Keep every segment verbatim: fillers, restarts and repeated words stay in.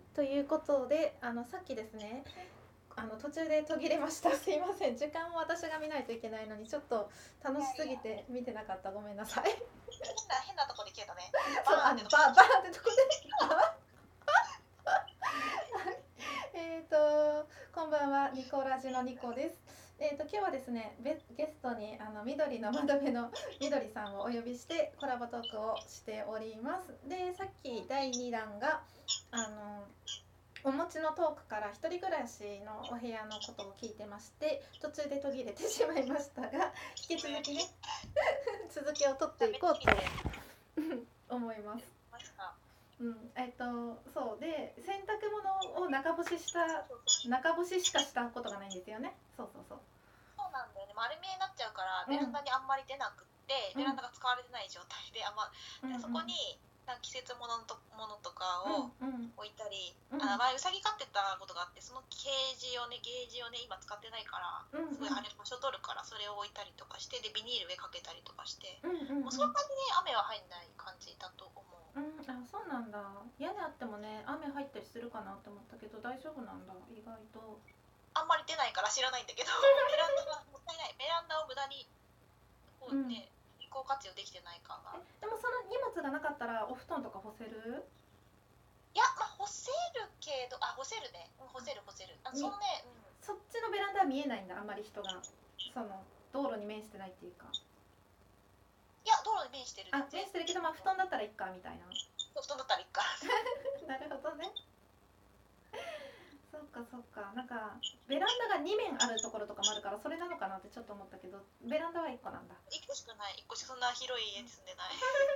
ということで、あのさっきですね、あの途中で途切れました。すいません。時間を私が見ないといけないのにちょっと楽しすぎて見てなかった。ごめんなさい。 変な変なとこで消えたね。 そう、あのバーンってとこバーバーってとこで。えっとこんばんは、ニコラジのニコです。えっ、と今日はですね、ゲストにあの緑の窓辺の緑さんをお呼びしてコラボトークをしております。で、さっきだいにだんがあのお持ちのトークから一人暮らしのお部屋のことを聞いてまして、途中で途切れてしまいましたが、引き続きね続きを取っていこうと思います。うん、えっとそうで、洗濯物を中干しした中干ししかしたことがないんですよね。そうそうそう。 そうなんだよね。丸見えになっちゃうから、 うんベランダにあんまり出なくって、 うんベランダが使われてない状態で、あんま、 うんうん、 でそこになんか季節物のとものとかを置いたり、 うんうん、 あの前うさぎ飼ってたことがあって、そのケージをね、ゲージをね今使ってないから、 うんうん、 すごいあれ場所取るからそれを置いたりとかして、でビニール上かけたりとかして、 うんうんうん、 もうそんなにね雨は入んない感じだと思う。 うん、あ、そうなんだ。屋根あってもね、雨入ったりするかなって思ったけど大丈夫なんだ、意外と。 あんまり出ないから知らないんだけどベランダがもったいない。ベランダを無駄にこうね、有効活用できてない感が。 え、でもその荷物がなかったらお布団とか干せる？ いや、まあ、干せるけど、あ、干せるね。うん、干せる干せる。あ、そのね、うん。 そっちのベランダは見えないんだ、あんまり人が。その道路に面してないっていうか。 いや、道路に面してる。 あ、面してるけど、まあ布団だったらいっかみたいな。 布団だったらいいか。 なるほどね。そっかそっか。なんかベランダがに面あるところとかもあるから、それなのかなってちょっと思ったけど、ベランダはいっこなんだ。 いっこしかない。いっこしかそんな広い家に住んでない。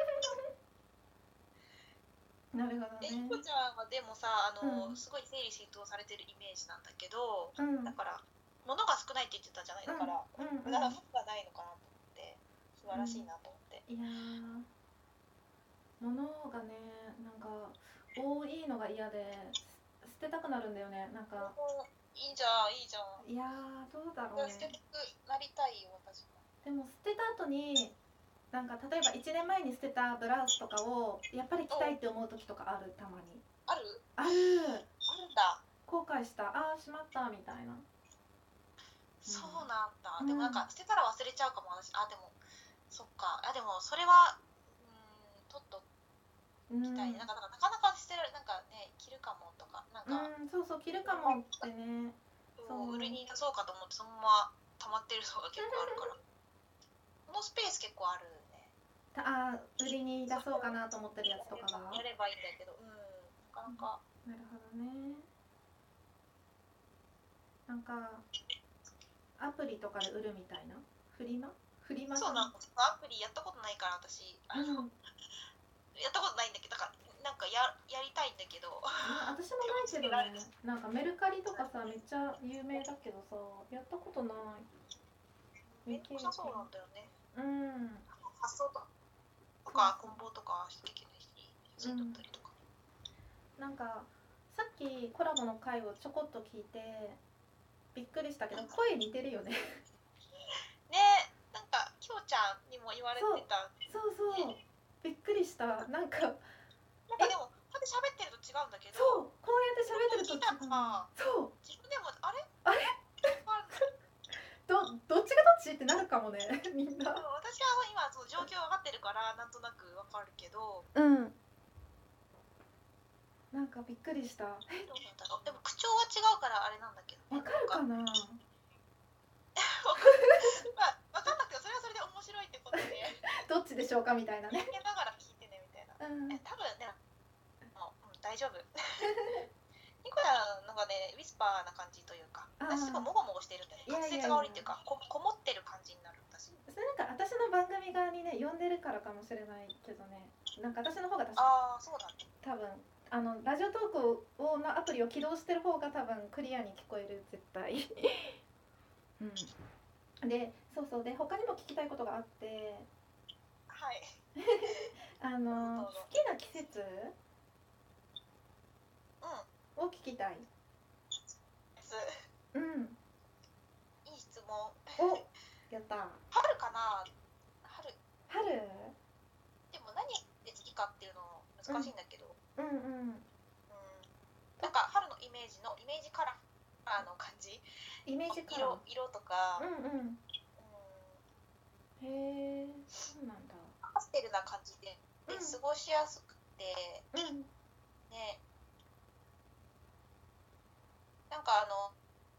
なるほどね。 え、ひこちゃんはでもさ、あの、 うん、 すごい整理整頓されてるイメージなんだけど、 うん、 だから物が少ないって言ってたじゃない。だから、 うんうんうん、 無駄なものがないのかなと思って、素晴らしいなと思って。 うん、いやー、物がね、なんか多いのが嫌で捨てたくなるんだよね。なんか、 いいじゃん、いいじゃん。 いやー、どうだろう捨てね。 たくなりたいよ、私も。 でも捨てた後に、なんか例えばいちねんまえに捨てたブラウスとかをやっぱり着たいって思う時とかある。たまにあるある。 あるんだ。 後悔した、あーしまったみたいな。 そうなんだ、 うん、 でもなんか捨てたら忘れちゃうかも私。あ、でもそっか。あ、でもそれはうん取っときたい、 うん、 なんかなんかなかなか捨てられなんかね、着るかもとかなんか、 うん、そうそう、着るかもってね。 そう売りに出そうかと思ってそのまま溜まってるのが結構あるから、このスペース結構あるね。 あ、売りに出そうかなと思ってるやつとかが。 やればいいんだけど、うん、なかなか。 なるほどね。なんかアプリとかで売るみたいな。フリマフリマそうなんです。アプリやったことないから私、あの、うん、やったことないんだけど、だからなんかややりたいんだけど。 私もないけどね。なんかメルカリとかさ、めっちゃ有名だけどさ、やったことない。 めっちゃそうなんだよね。 うん。 発送とか梱包とかしなきゃいけないし、写真撮ったりとか、 うん、なんかさっきコラボの回をちょこっと聞いてびっくりしたけど、声似てるよね。 ね、なんかきょうちゃんにも言われてた。 そうそうそう、びっくりした。なんかなんかでもこうやって喋ってると違うんだけど、 そう、こうやって喋ってると違う。そう、 自分でもあれあれどどっちがどっちってなるかもねみんな。 私は今その状況分かってるからなんとなく分かるけど、 うん、なんかびっくりした。 どうなんだろう。でも口調は違うからあれなんだけど、 わかるかな。 まあ分かんなくてそれはそれで面白いってことでどっちでしょうかみたいなね。 人間ながら聞いてねみたいな、うん、え多分ね、もう、うん、大丈夫ニコラのがね、ウィスパーな感じというか、私すごいもごもごしてるんだよね。滑舌が悪いっていうか、ここもってる感じになる私。 それなんか私の番組側にね呼んでるからかもしれないけどね。なんか私の方が確かああ、そうだね。 多分あのラジオトークをのアプリを起動してる方が多分クリアに聞こえる、絶対うん、で、そうそう、で他にも聞きたいことがあって、 はいあの好きな季節を聞きたい。うん、 いい質問。 お、やった。 春かな。春。 春。 でも何で好きかっていうの難しいんだけど、 うん、うんうん、 だジのイメージカラーの感じ、 イメージカラー、 色、色とか、 うんうん、 うん、 へえ、そうなんだ。 パステルな感じで、で、過ごしやすくて、 うん、 ね、なんかあの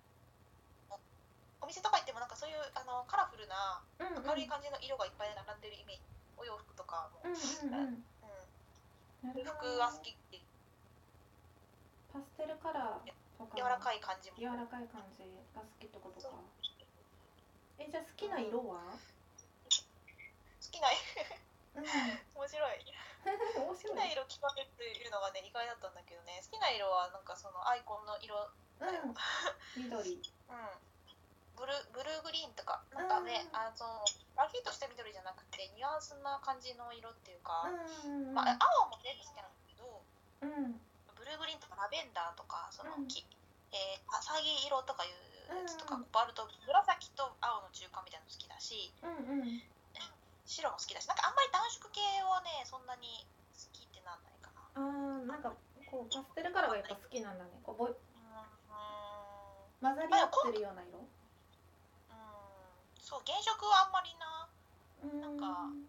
お店とか行ってもなんかそういうあのカラフルな明るい感じの色がいっぱい並んでるイメージ、お洋服とかも、 うんうんうん、 うん、洋服が好きって、 パステルカラーとか柔らかい感じも、 柔らかい感じが好きってことか。え、じゃあ好きな色は？ 好きなうん、 面白い好きな色決まるっていうのがね意外だったんだけどね、好きな色はなんかそのアイコンの色だよ、 うん、緑、 うん、ブルブルーグリーンとかなんかね、あのラキッとした緑じゃなくてニュアンスな感じの色っていうか、 うんうん、 まあ、青も全部好きなんだけど、 うん、 ブルーグリーンとかラベンダーとかその、 うん、 きえー、アサギ色とかいうやつとか、 うん、 コバルト紫と青の中間みたいなの好きだし、 うんうん、 白も好きだし、なんかあんまり暖色系はねそんなに好きってなんないかな。 あー、なんかこうパステルカラーがやっぱ好きなんだね。こうぼうん混ざり合ってるような色。 うん、そう原色はあんまりな、 うん、 なんか、うん、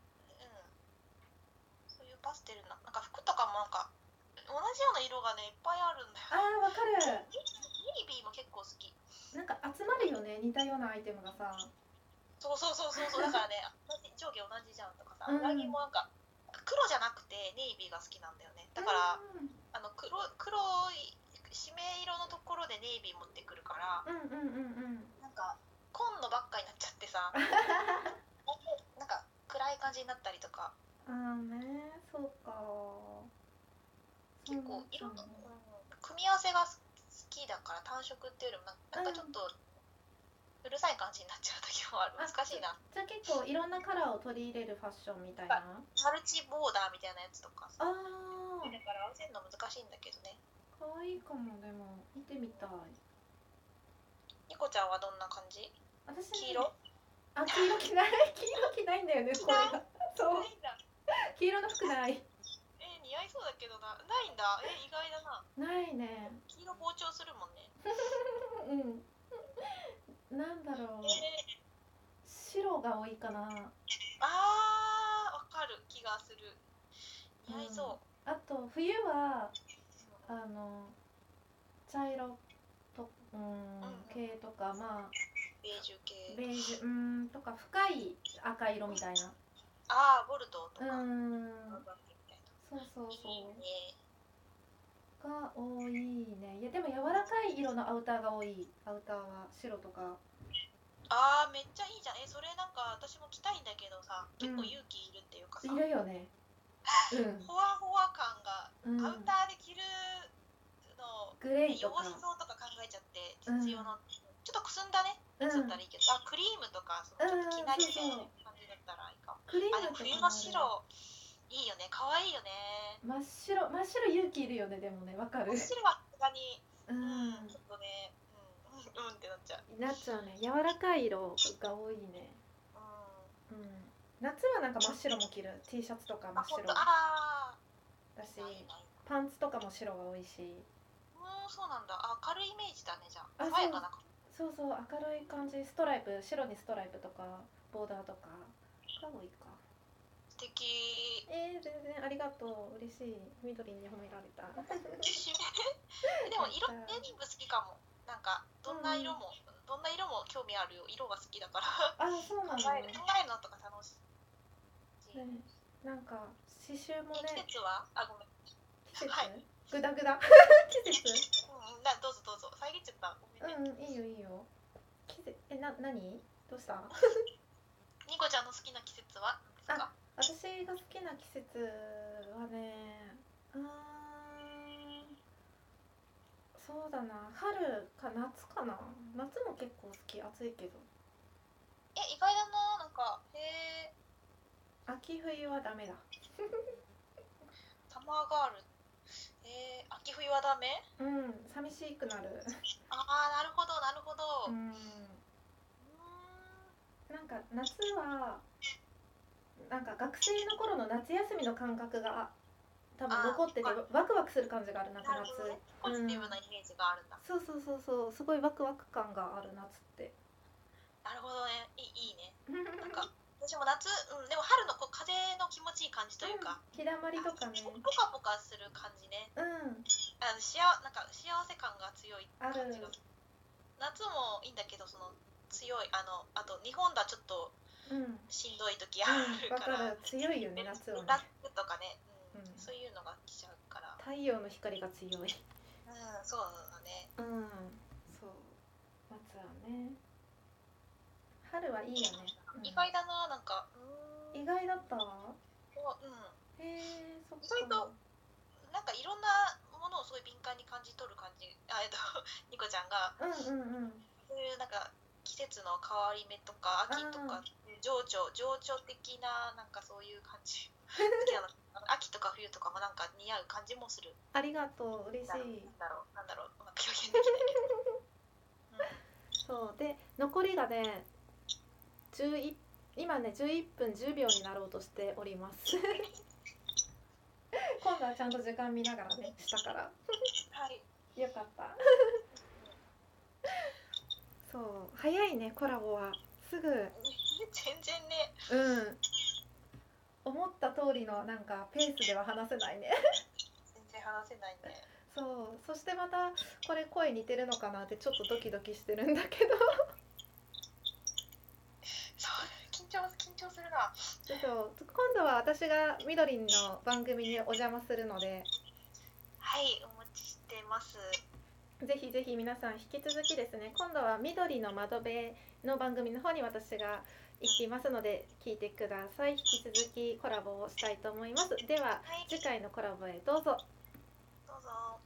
そういうパステルな、なんか服とかもなんか同じような色がねいっぱいあるんだよ。 あー、わかる。 ネイビーも結構好き。 なんか集まるよね、似たようなアイテムがさ。 そうそうそうそうそう、だからね上下同じじゃんとかさ、 うん、 上着もなんか黒じゃなくてネイビーが好きなんだよね。だから、 うん、 あの黒黒い締め色のところでネイビー持ってくるから、 うんうんうんうん、 なんか紺のばっかになっちゃってさなんか暗い感じになったりとか。 あーね、そうか。 結構色の、うん、組み合わせが好きだから単色っていうよりもなんかちょっとうるさい感じになっちゃう時もある。難しいな。 じゃあ結構いろんなカラーを取り入れるファッションみたいな。 マルチボーダーみたいなやつとかさ、 あだから合わせるの難しいんだけどね。 ー、かわいいかも。でも見てみたい。 ニコちゃんはどんな感じ？ 私、ね、 黄色？ あ、黄色着ない黄色着ないんだよね、これが。そう、黄色の服ない。 えー、似合いそうだけどな。ないんだ。えー、意外だな。 ないね。 黄色膨張するもんね。 うん、なんだろう、 えー、 白が多いかな。 あー、わかる気がする。似合いそう、 うん、あと冬はあの茶色と、うん、うん、系とか、まあベージュ系、 ベージュ、うんとか深い赤色みたいな。 あー、ボルドーとか、 うん、そうそうそう、 いいね。 が多いね。いやでも柔らかい色のアウターが多い。アウターは白とか。 あー、めっちゃいいじゃん。えそれなんか私も着たいんだけどさ、結構勇気いるっていうかさ、 いるよね。うん、 ほわほわ感が、 うん、 アウターで着るのグレーとか洋装とか考えちゃって実用の、うん、ちょっとくすんだねやつだったらいいけど、あクリームとかそのちょっと着なりみたいな感じだったらいいかも。 クリームあでも冬の白いいよね、可愛いよね。 真っ白、真っ白勇気いるよね。でもね、わかる。 真っ白はさすがに、 うん、 うん、ちょっとね、うん、うん、うんってなっちゃう。 なっちゃうね。柔らかい色が多いね。うん、うん、夏はなんか真っ白も着る。 T シャツとか真っ白あだし、パンツとかも白が多いし。 うん、そうなんだ。あ、明るいイメージだね。じゃあ爽やかな。 そうそう、明るい感じ。ストライプ、白にストライプとかボーダーとかが多いか。 素敵。 えー、全然ありがとう。嬉しい。緑に褒められた。 でも色デニム好きかも。なんかどんな色も、うん、どんな色も興味あるよ。色が好きだから。 あ、そうなんだ。 考えるのとか楽しい。 ね、なんか刺繍もね。 季節は？あ、ごめん。 季節？ はい。 グダグダ。季節？ うん、などうぞどうぞ。遮っちゃった。ごめんね。 うん、いいよいいよ。季節、え、な、何？どうした？ ニコちゃんの好きな季節は何ですか？ 私が好きな季節はね、うーん、そうだな、春か夏かな。夏も結構好き、暑いけど。 え、意外だな、なんか、へえ。 秋冬はダメだ。 サマーガール。えー、秋冬はダメ？ うん、寂しくなる。 ああ、なるほどなるほど。 うん。なんか夏はなんか学生の頃の夏休みの感覚が多分残っててワクワクする感じがあるなんか夏、 ね、ポジティブなイメージがあるんだ、 うん、そうそうそうそうすごいワクワク感がある夏って。 なるほどね、いい、いいねなんか私も夏、うん、でも春のこう風の気持ちいい感じというか、 うん、日だまりとかね、 ポカポカする感じね、 うん、 あの幸なんか幸せ感が強い感じが、夏もいいんだけどその強いあのあと日本だちょっとしんどい時あるから、 うん、から強いよね夏はね、 夏とかね、うんうん、そういうのが来ちゃうから太陽の光が強い、うん、 そうだね、 うん、そう夏はね、春はいいよね、 うん、意外だな、なんかうーん意外だったわ、 うん、 へえ、そっか、 意外となんかいろんなものをすごい敏感に感じ取る感じ、あえっとニコちゃんが、 うんうんうん、 そういうなんか季節の変わり目とか秋とか情緒情緒的ななんかそういう感じ好きなの秋とか冬とかもなんか似合う感じもする。 ありがとう、嬉しい。 なんだろうなんだろううまく表現できないけど、うん、 そうで残りがねじゅういち今ねじゅういっぷんじゅうびょうになろうとしております今度はちゃんと時間見ながらねしたからはいよかったそう早いねコラボはすぐ全然ね、 うん思った通りのなんかペースでは話せないね全然話せないね。 そうそしてまたこれ声似てるのかなってちょっとドキドキしてるんだけどそう緊張緊張するな。 そう今度は私がみどりんの番組にお邪魔するので、 はいお待ちしてます。 ぜひぜひ皆さん引き続きですね今度はみどりの窓辺の番組の方に私が行きますので聞いてください。引き続きコラボをしたいと思います。では、はい、次回のコラボへどうぞ。